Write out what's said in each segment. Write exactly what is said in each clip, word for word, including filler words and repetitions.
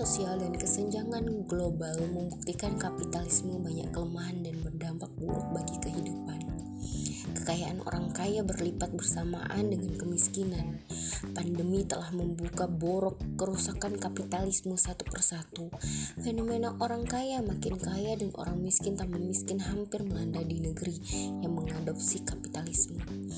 sosial dan kesenjangan global membuktikan kapitalisme banyak kelemahan dan berdampak buruk bagi kehidupan. Kekayaan orang kaya berlipat bersamaan dengan kemiskinan. Pandemi telah membuka borok kerusakan kapitalisme satu persatu. Fenomena orang kaya makin kaya dan orang miskin tambah miskin hampir melanda di negeri yang mengadopsi kapitalisme.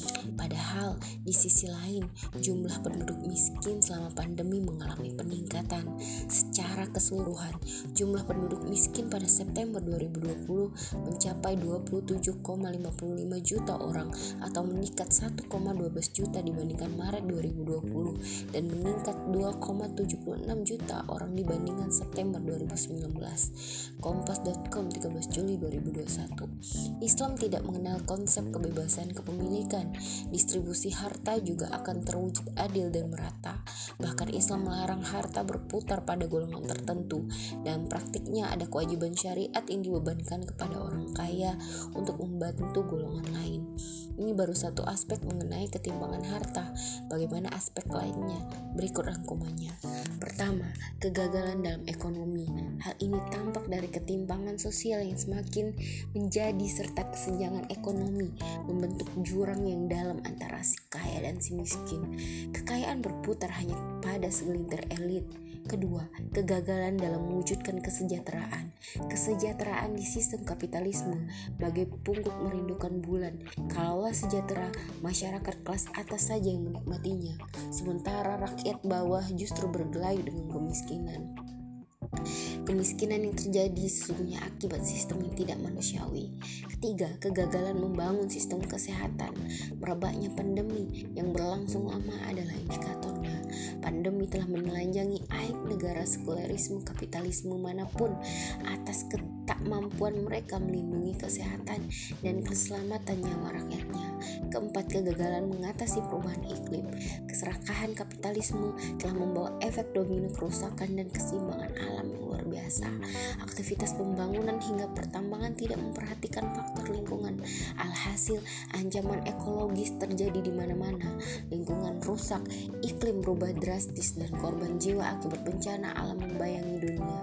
Padahal di sisi lain, jumlah penduduk miskin selama pandemi mengalami peningkatan. Secara keseluruhan, jumlah penduduk miskin pada September dua ribu dua puluh mencapai dua puluh tujuh koma lima puluh lima juta orang atau meningkat satu koma satu dua juta dibandingkan Maret dua ribu dua puluh dan meningkat dua koma tujuh enam juta orang dibandingkan September dua ribu sembilan belas. Kompas dot com tiga belas Juli dua ribu dua puluh satu. Islam tidak mengenal konsep kebebasan kepemilikan. Distribusi harta juga akan terwujud adil dan merata. Bahkan Islam melarang harta berputar pada golongan tertentu. Dalam praktiknya ada kewajiban syariat yang dibebankan kepada orang kaya untuk membantu golongan lain. Ini baru satu aspek mengenai ketimpangan harta. Bagaimana aspek lainnya? Berikut rangkumannya. Pertama, kegagalan dalam ekonomi. Hal ini tampak dari ketimpangan sosial yang semakin menjadi serta kesenjangan ekonomi membentuk jurang yang dalam antara si kaya dan si miskin. Kekayaan berputar hanya pada segelintir elit. Kedua, kegagalan dalam mewujudkan kesejahteraan. Kesejahteraan di sistem kapitalisme bagai pungguk merindukan bulan. Kalaulah sejahtera, masyarakat kelas atas saja yang menikmatinya, sementara rakyat bawah justru bergelayut dengan kemiskinan. Kemiskinan yang terjadi sesungguhnya akibat sistem yang tidak manusiawi. Ketiga, kegagalan membangun sistem kesehatan. Merebaknya pandemi yang berlangsung lama adalah indikatornya. Pandemi telah menelanjangi aib negara sekulerisme kapitalisme manapun atas ketakmampuan mereka melindungi kesehatan dan keselamatan nyawa rakyatnya. Keempat, kegagalan mengatasi perubahan iklim. Keserakahan kapitalisme telah membawa efek domino kerusakan dan keseimbangan alam yang luar biasa. Aktivitas pembangunan hingga pertambangan tidak memperhatikan faktor lingkungan. Alhasil, ancaman ekologis terjadi di mana-mana. Lingkungan rusak, iklim berubah drastis dan korban jiwa akibat bencana alam membayangi dunia.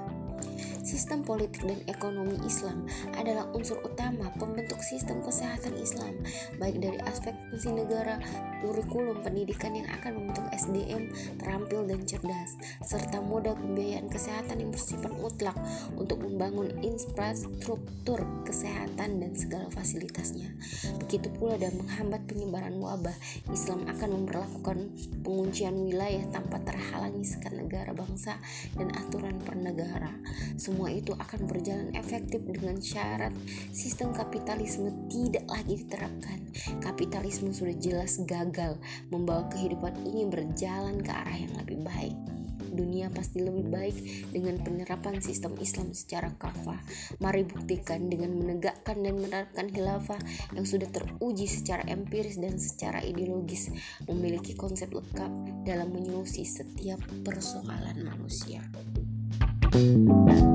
Sistem politik dan ekonomi Islam adalah unsur utama pembentuk sistem kesehatan Islam, baik dari aspek fungsi negara, kurikulum pendidikan yang akan membentuk S D M terampil dan cerdas, serta modal pembiayaan kesehatan yang bersifat mutlak untuk membangun infrastruktur kesehatan dan segala fasilitasnya. Begitu pula dalam menghambat penyebaran wabah, Islam akan memperlakukan penguncian wilayah tanpa terhalangi sekat negara bangsa dan aturan pernegara. Semua itu akan berjalan efektif dengan syarat sistem kapitalisme tidak lagi diterapkan. Kapitalisme sudah jelas gagal membawa kehidupan ini berjalan ke arah yang lebih baik. Dunia pasti lebih baik dengan penerapan sistem Islam secara kafah. Mari buktikan dengan menegakkan dan menerapkan khilafah yang sudah teruji secara empiris dan secara ideologis, memiliki konsep lengkap dalam menyolusi setiap persoalan manusia.